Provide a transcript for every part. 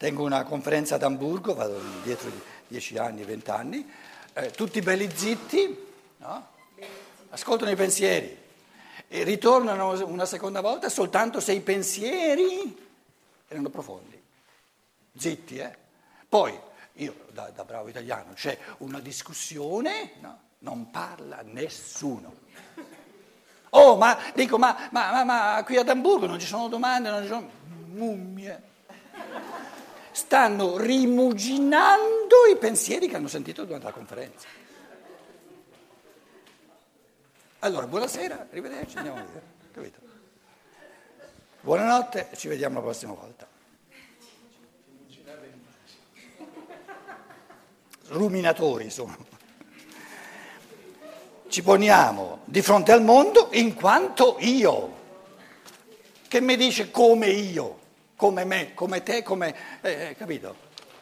tengo una conferenza ad Amburgo, vado dietro 10 anni, 20 anni, tutti belli zitti, no? Ascoltano i pensieri e ritornano una seconda volta soltanto se i pensieri erano profondi, zitti, Poi, io da bravo italiano, c'è una discussione, no? Non parla nessuno. Oh, ma qui ad Amburgo non ci sono domande, non ci sono mummie. Stanno rimuginando i pensieri che hanno sentito durante la conferenza. Allora, buonasera, arrivederci, andiamo a vedere, capito? Buonanotte, ci vediamo la prossima volta. Ruminatori sono. Ci poniamo di fronte al mondo in quanto io, che mi dice come io, come me, come te, come... capito?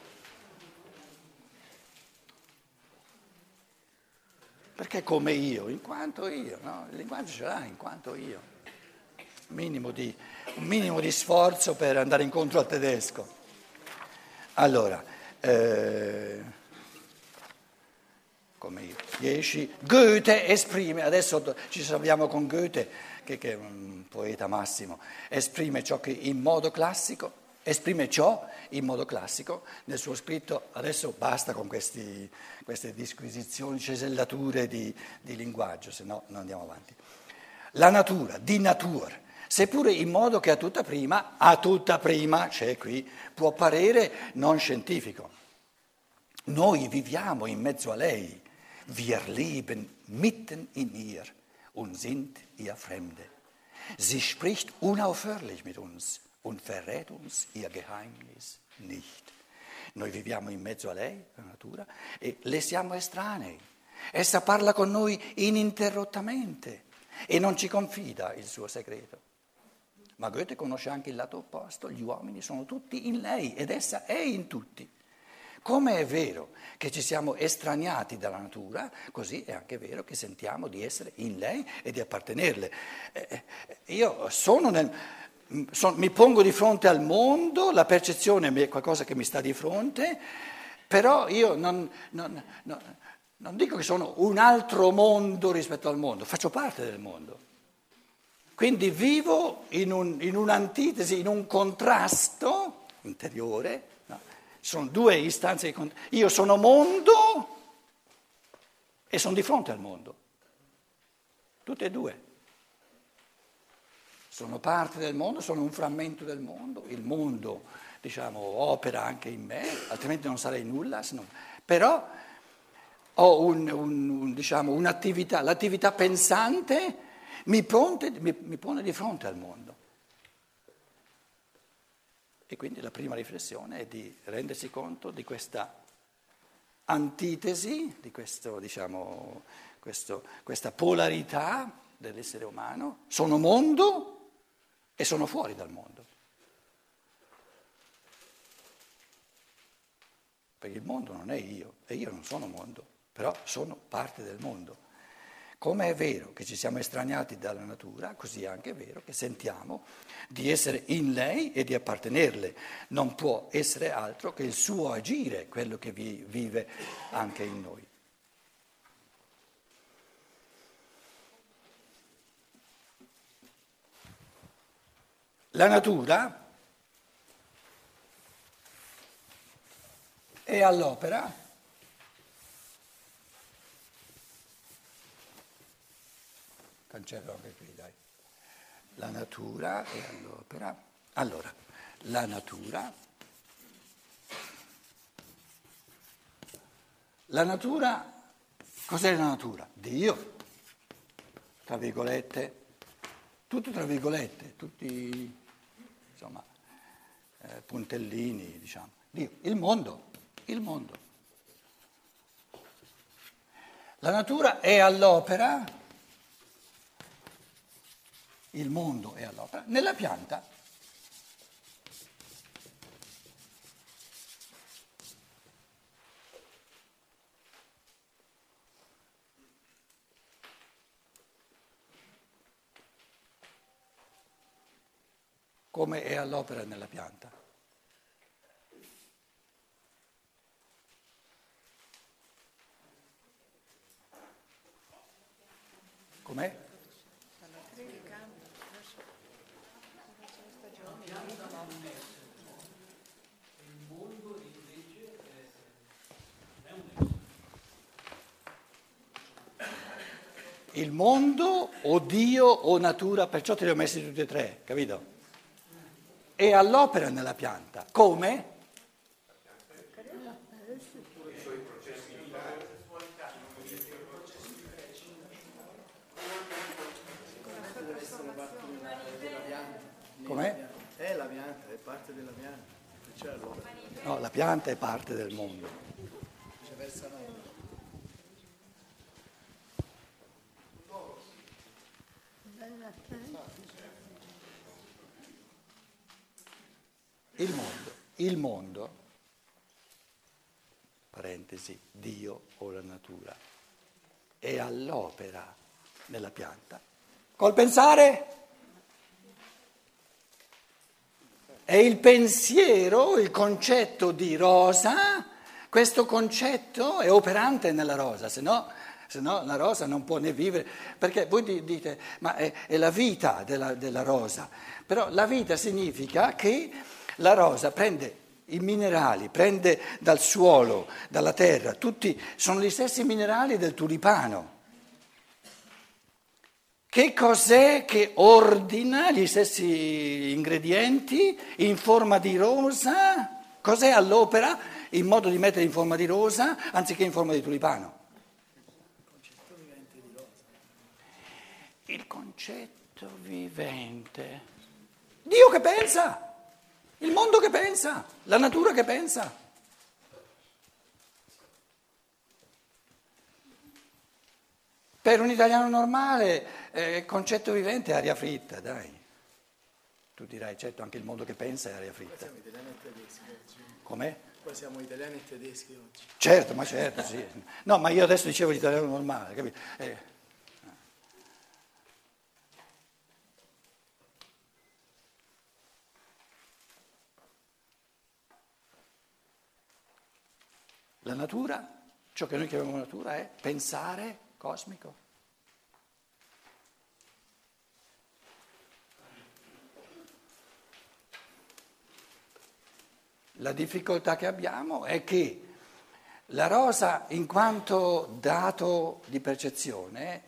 Perché come io? In quanto io, no? Il linguaggio ce l'ha in quanto io. Un minimo di sforzo per andare incontro al tedesco. Allora, come io. 10. Goethe esprime, adesso ci salviamo con Goethe, che è un poeta massimo, esprime ciò in modo classico nel suo scritto. Adesso basta con queste disquisizioni, cesellature di linguaggio, se no non andiamo avanti. La natura, di Natur, seppure in modo che a tutta prima, c'è qui, può parere non scientifico. Noi viviamo in mezzo a lei. Wir leben mitten in ihr und sind ihr Fremde. Sie spricht unaufhörlich mit uns und verrät uns ihr Geheimnis nicht. Noi viviamo in mezzo a lei, la natura, e le siamo estranei. Essa parla con noi ininterrottamente e non ci confida il suo segreto. Ma Goethe conosce anche il lato opposto, gli uomini sono tutti in lei ed essa è in tutti. Come è vero che ci siamo estraniati dalla natura, così è anche vero che sentiamo di essere in lei e di appartenerle. Io mi pongo di fronte al mondo, la percezione è qualcosa che mi sta di fronte, però io non dico che sono un altro mondo rispetto al mondo, faccio parte del mondo. Quindi vivo in un'antitesi, in un contrasto interiore. Sono due istanze di contrasto. Io sono mondo e sono di fronte al mondo. Tutte e due. Sono parte del mondo, sono un frammento del mondo. Il mondo, opera anche in me, altrimenti non sarei nulla. Però ho un'attività, l'attività pensante mi pone di fronte al mondo. E quindi la prima riflessione è di rendersi conto di questa antitesi, di questa polarità dell'essere umano. Sono mondo e sono fuori dal mondo. Perché il mondo non è io e io non sono mondo, però sono parte del mondo. Come è vero che ci siamo estraniati dalla natura, così è anche vero che sentiamo di essere in lei e di appartenerle. Non può essere altro che il suo agire, quello che vive anche in noi. La natura è all'opera. Cancello anche qui, dai. La natura è all'opera. Allora, la natura. La natura, cos'è la natura? Dio, tra virgolette, tutto tra virgolette, tutti, puntellini, Dio, il mondo. La natura è all'opera. Il mondo è all'opera nella pianta. Come è all'opera nella pianta? Com'è? Il mondo o Dio o natura, perciò te li ho messi tutti e tre, capito? È all'opera nella pianta. Come? Com'è? È la pianta, è parte della pianta, perciò è l'opera. No, la pianta è parte del mondo. Viceversa no. Il mondo, parentesi, Dio o la natura, è all'opera nella pianta. Col pensare? È il pensiero, il concetto di rosa, questo concetto è operante nella rosa, se no la rosa non può né vivere, perché voi dite, ma è la vita della rosa, però la vita significa che la rosa prende i minerali, prende dal suolo, dalla terra, tutti sono gli stessi minerali del tulipano. Che cos'è che ordina gli stessi ingredienti in forma di rosa? Cos'è all'opera in modo di mettere in forma di rosa anziché in forma di tulipano? Il concetto vivente. Dio che pensa, il mondo che pensa, la natura che pensa. Per un italiano normale, concetto vivente è aria fritta, dai. Tu dirai, certo, anche il mondo che pensa è aria fritta. Siamo italiani e tedeschi oggi. Com'è? Poi siamo italiani e tedeschi oggi. Certo, ma certo, sì. No, ma io adesso dicevo l'italiano normale, capito? La natura, ciò che noi chiamiamo natura, è pensare cosmico. La difficoltà che abbiamo è che la rosa, in quanto dato di percezione,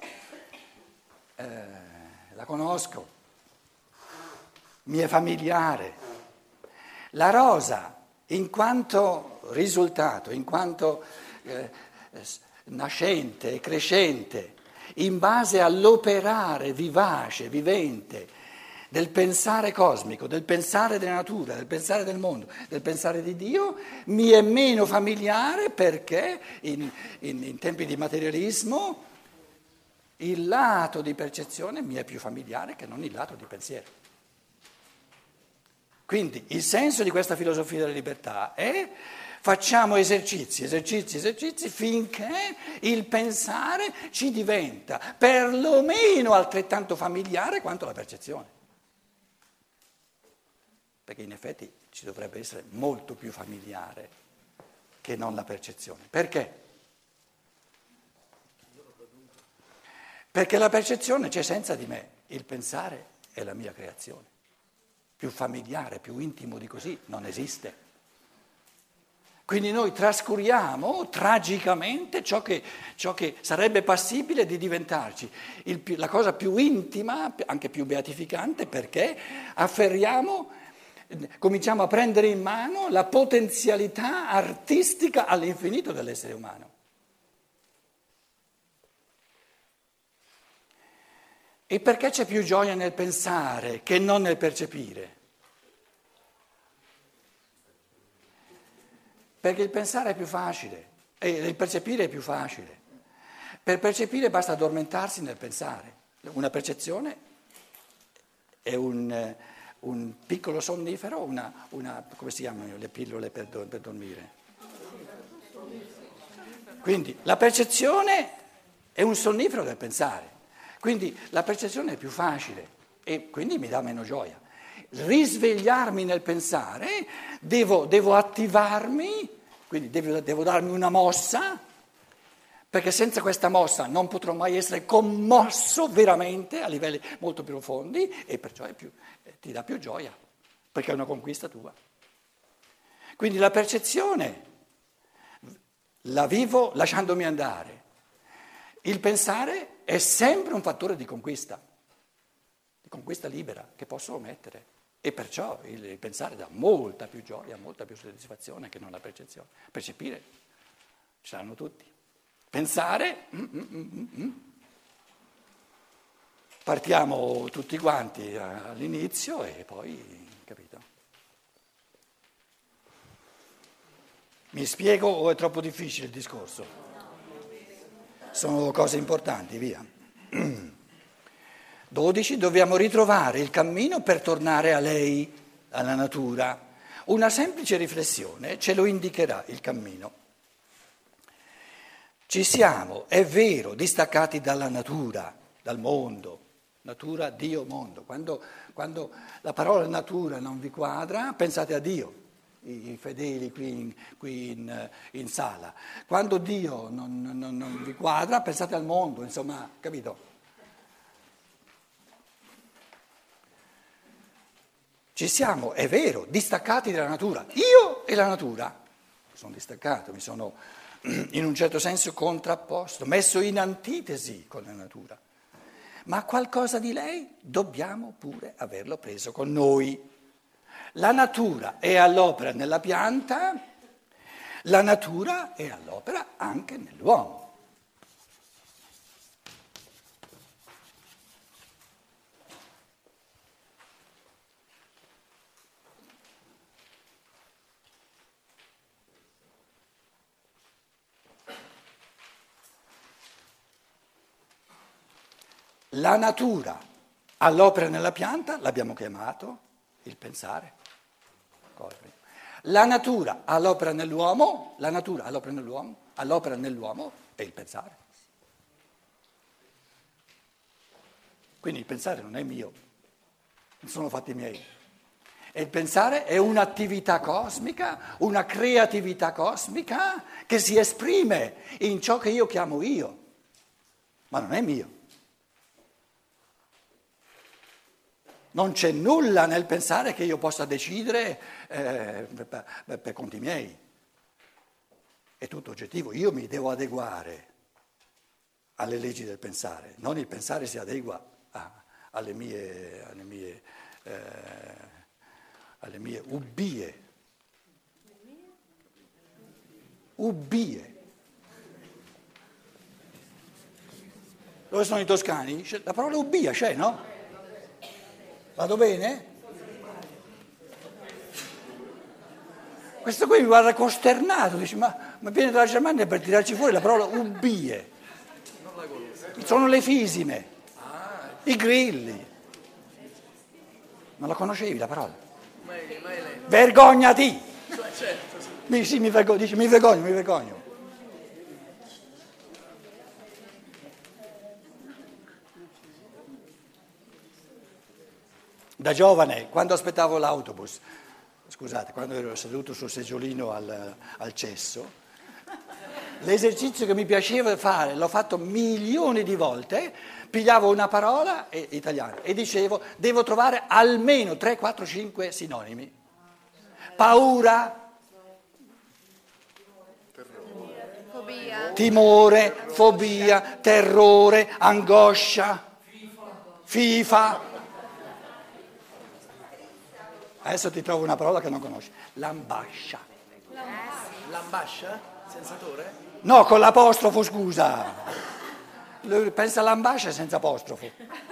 la conosco, mi è familiare. La rosa, in quanto risultato, in quanto nascente e crescente, in base all'operare vivace, vivente del pensare cosmico, del pensare della natura, del pensare del mondo, del pensare di Dio, mi è meno familiare perché in tempi di materialismo il lato di percezione mi è più familiare che non il lato di pensiero. Quindi il senso di questa filosofia della libertà è facciamo esercizi finché il pensare ci diventa perlomeno altrettanto familiare quanto la percezione. Perché in effetti ci dovrebbe essere molto più familiare che non la percezione. Perché? Perché la percezione c'è senza di me, il pensare è la mia creazione. Più familiare, più intimo di così non esiste. Quindi noi trascuriamo tragicamente ciò che sarebbe passibile di diventarci la cosa più intima, anche più beatificante, perché cominciamo a prendere in mano la potenzialità artistica all'infinito dell'essere umano. E perché c'è più gioia nel pensare che non nel percepire? Perché il pensare è più facile e il percepire è più facile. Per percepire basta addormentarsi nel pensare. Una percezione è un piccolo sonnifero, come si chiamano le pillole per dormire? Quindi la percezione è un sonnifero del pensare. Quindi la percezione è più facile e quindi mi dà meno gioia. Risvegliarmi nel pensare, devo attivarmi, quindi devo darmi una mossa perché senza questa mossa non potrò mai essere commosso veramente a livelli molto più profondi e perciò ti dà più gioia, perché è una conquista tua. Quindi la percezione la vivo lasciandomi andare. Il pensare è sempre un fattore di conquista libera che posso omettere e perciò il pensare dà molta più gioia, molta più soddisfazione che non la percezione. Percepire ci saranno tutti. Pensare, partiamo tutti quanti all'inizio e poi, capito? Mi spiego o è troppo difficile il discorso? Sono cose importanti, via. 12. Dobbiamo ritrovare il cammino per tornare a lei, alla natura. Una semplice riflessione ce lo indicherà il cammino. Ci siamo, è vero, distaccati dalla natura, dal mondo. Natura, Dio, mondo. Quando la parola natura non vi quadra, pensate a Dio. I fedeli qui in sala. Quando Dio non vi quadra, pensate al mondo, insomma, capito? Ci siamo, è vero, distaccati dalla natura. Io e la natura sono distaccato, mi sono in un certo senso contrapposto, messo in antitesi con la natura. Ma qualcosa di lei dobbiamo pure averlo preso con noi. La natura è all'opera nella pianta, la natura è all'opera anche nell'uomo. La natura all'opera nella pianta l'abbiamo chiamato il pensare. La natura all'opera nell'uomo, all'opera nell'uomo è il pensare. Quindi il pensare non è mio, non sono fatti miei. E il pensare è un'attività cosmica, una creatività cosmica che si esprime in ciò che io chiamo io, ma non è mio. Non c'è nulla nel pensare che io possa decidere per conti miei. È tutto oggettivo. Io mi devo adeguare alle leggi del pensare. Non il pensare si adegua alle mie ubbie. Ubbie. Dove sono i toscani? La parola ubbia c'è, no? Vado bene? Questo qui mi guarda costernato, dice ma viene dalla Germania per tirarci fuori la parola ubbie. Sono le fisime, i grilli. Non la conoscevi la parola? Vergognati! Sì, mi vergogno, dice mi vergogno. Da giovane, quando aspettavo l'autobus, quando ero seduto sul seggiolino al cesso, l'esercizio che mi piaceva fare, l'ho fatto milioni di volte, pigliavo una parola italiana e dicevo devo trovare almeno 3, 4, 5 sinonimi. Paura, timore, fobia, terrore, angoscia, fifa. Adesso ti trovo una parola che non conosci. L'ambascia. L'ambascia? Senza tore? No, con l'apostrofo, scusa. Lui pensa all'ambascia senza apostrofo.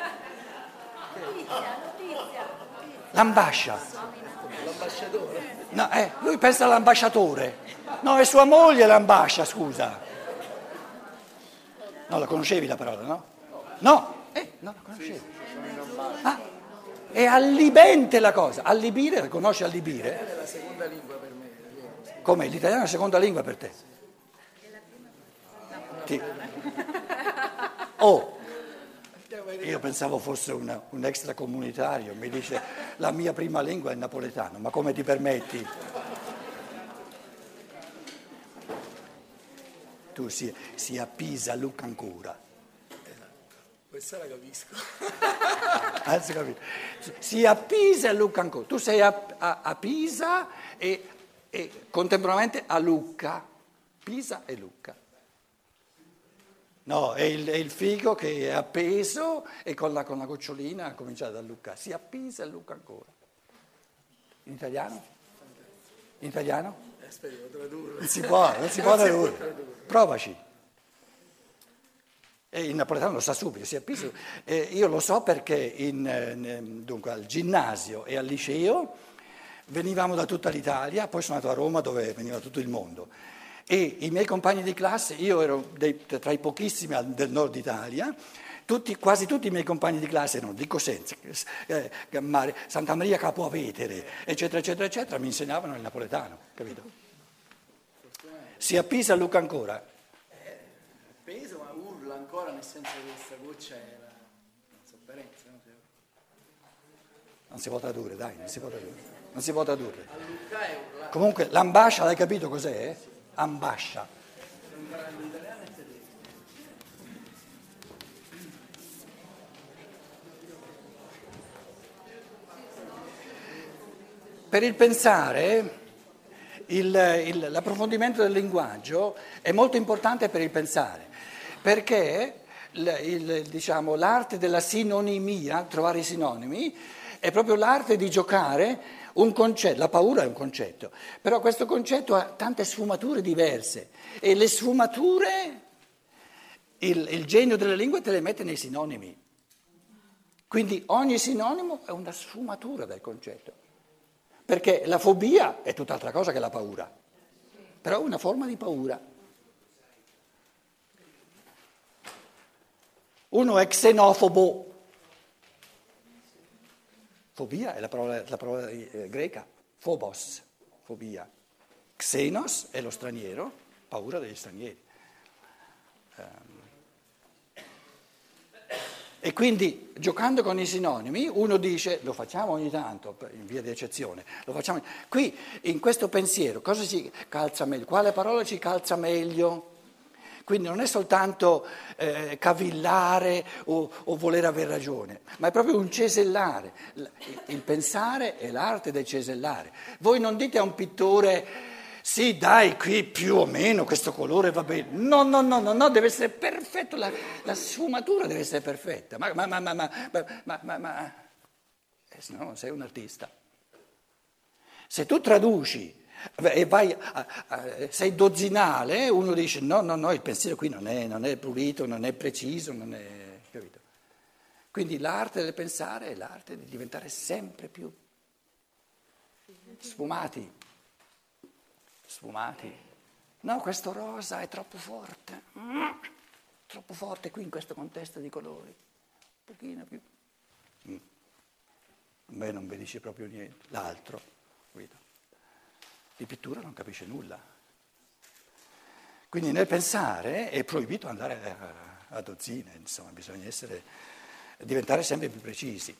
L'ambascia. L'ambasciatore? No, lui pensa all'ambasciatore. No, è sua moglie l'ambascia, scusa. No, la conoscevi la parola, no? No, non la conoscevi. È allibente la cosa. Allibire, riconosci allibire? È la seconda lingua per me. Come? L'italiano è la seconda lingua per te? Io pensavo fosse un extracomunitario, mi dice la mia prima lingua è il napoletano, ma come ti permetti? tu si a Pisa, a Lucca ancora. Questa la capisco. Adesso capito. Si a Pisa e a Lucca ancora. Tu sei a Pisa e contemporaneamente a Lucca. Pisa e Lucca. No, è il figo che è appeso e con la gocciolina ha cominciato a Lucca. Si a Pisa e a Lucca ancora. In italiano? In italiano? Aspetta, devo tradurre. Non si può tradurre. Provaci. E il napoletano lo sa subito, si è appeso. Io lo so perché dunque, al ginnasio e al liceo venivamo da tutta l'Italia, poi sono andato a Roma dove veniva tutto il mondo. E i miei compagni di classe, io ero tra i pochissimi del nord Italia, quasi tutti i miei compagni di classe erano di Cosenza, Santa Maria Capuavetere, eccetera, eccetera, eccetera, mi insegnavano il napoletano, capito? Si a Pisa, a Lucca ancora. Peso, ma urla ancora, nel senso che questa goccia è la sofferenza, no? Non si può tradurre, dai, non si può tradurre. A Lucca è urlare. Comunque l'ambascia, l'hai capito cos'è? Ambascia. Imparando italiano e tedesco. Per il pensare, l'approfondimento del linguaggio è molto importante per il pensare, perché diciamo, l'arte della sinonimia, trovare i sinonimi, è proprio l'arte di giocare un concetto. La paura è un concetto, però questo concetto ha tante sfumature diverse e le sfumature, il genio della lingua te le mette nei sinonimi. Quindi ogni sinonimo è una sfumatura del concetto. Perché la fobia è tutt'altra cosa che la paura, però è una forma di paura. Uno è xenofobo. Fobia è la parola greca, phobos, fobia. Xenos è lo straniero, paura degli stranieri. E quindi, giocando con i sinonimi, uno dice, lo facciamo ogni tanto, in via di eccezione, lo facciamo. Qui, in questo pensiero, cosa ci calza meglio? Quale parola ci calza meglio? Quindi non è soltanto cavillare o voler aver ragione, ma è proprio un cesellare. Il pensare è l'arte del cesellare. Voi non dite a un pittore, sì dai, qui più o meno questo colore va bene. No, deve essere perfetto, la sfumatura deve essere perfetta. Se no non sei un artista. Se tu traduci e sei dozzinale, uno dice no, il pensiero qui non è pulito, non è preciso, non è, capito? Quindi l'arte del pensare è l'arte di diventare sempre più sfumati. No, questo rosa è troppo forte qui in questo contesto di colori, un pochino più. A me non mi dice proprio niente, l'altro, capito? Di pittura non capisce nulla. Quindi nel pensare è proibito andare a dozzine, insomma, bisogna diventare sempre più precisi.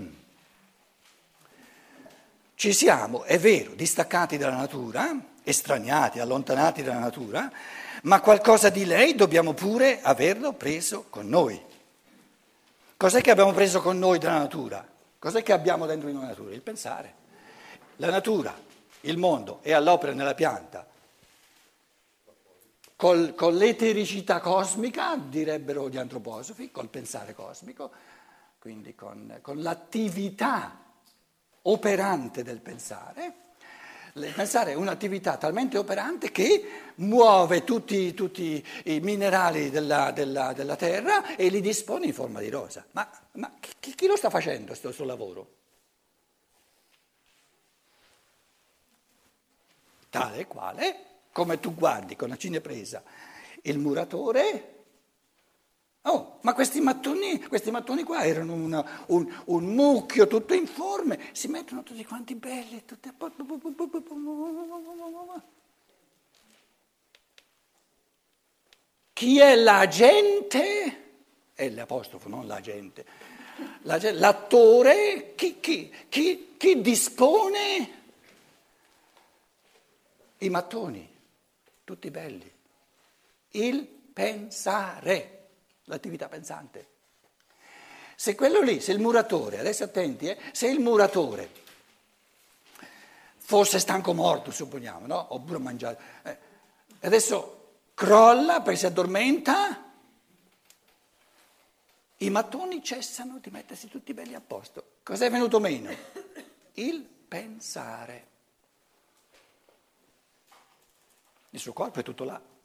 Ci siamo, è vero, distaccati dalla natura, estraniati, allontanati dalla natura, ma qualcosa di lei dobbiamo pure averlo preso con noi. Cos'è che abbiamo preso con noi dalla natura? Cos'è che abbiamo dentro di noi natura? Il pensare. La natura, il mondo è all'opera nella pianta, con l'etericità cosmica, direbbero gli antroposofi, col pensare cosmico, quindi con l'attività operante del pensare. Il pensare è un'attività talmente operante che muove tutti i minerali della terra e li dispone in forma di rosa. Ma chi lo sta facendo questo lavoro? Tale e quale, come tu guardi con la cinepresa il muratore. Oh, ma questi mattoni qua erano un mucchio tutto informe, si mettono tutti quanti belli, tutti a posto. Chi è la gente? È l'apostrofo, non la gente. L'attore, chi dispone i mattoni, tutti belli. Il pensare, l'attività pensante. Se quello lì, se il muratore, adesso attenti, se il muratore fosse stanco morto, supponiamo, no? Oppure mangiato, adesso crolla perché si addormenta, i mattoni cessano di mettersi tutti belli a posto. Cos'è venuto meno? Il pensare. Il suo corpo è tutto là.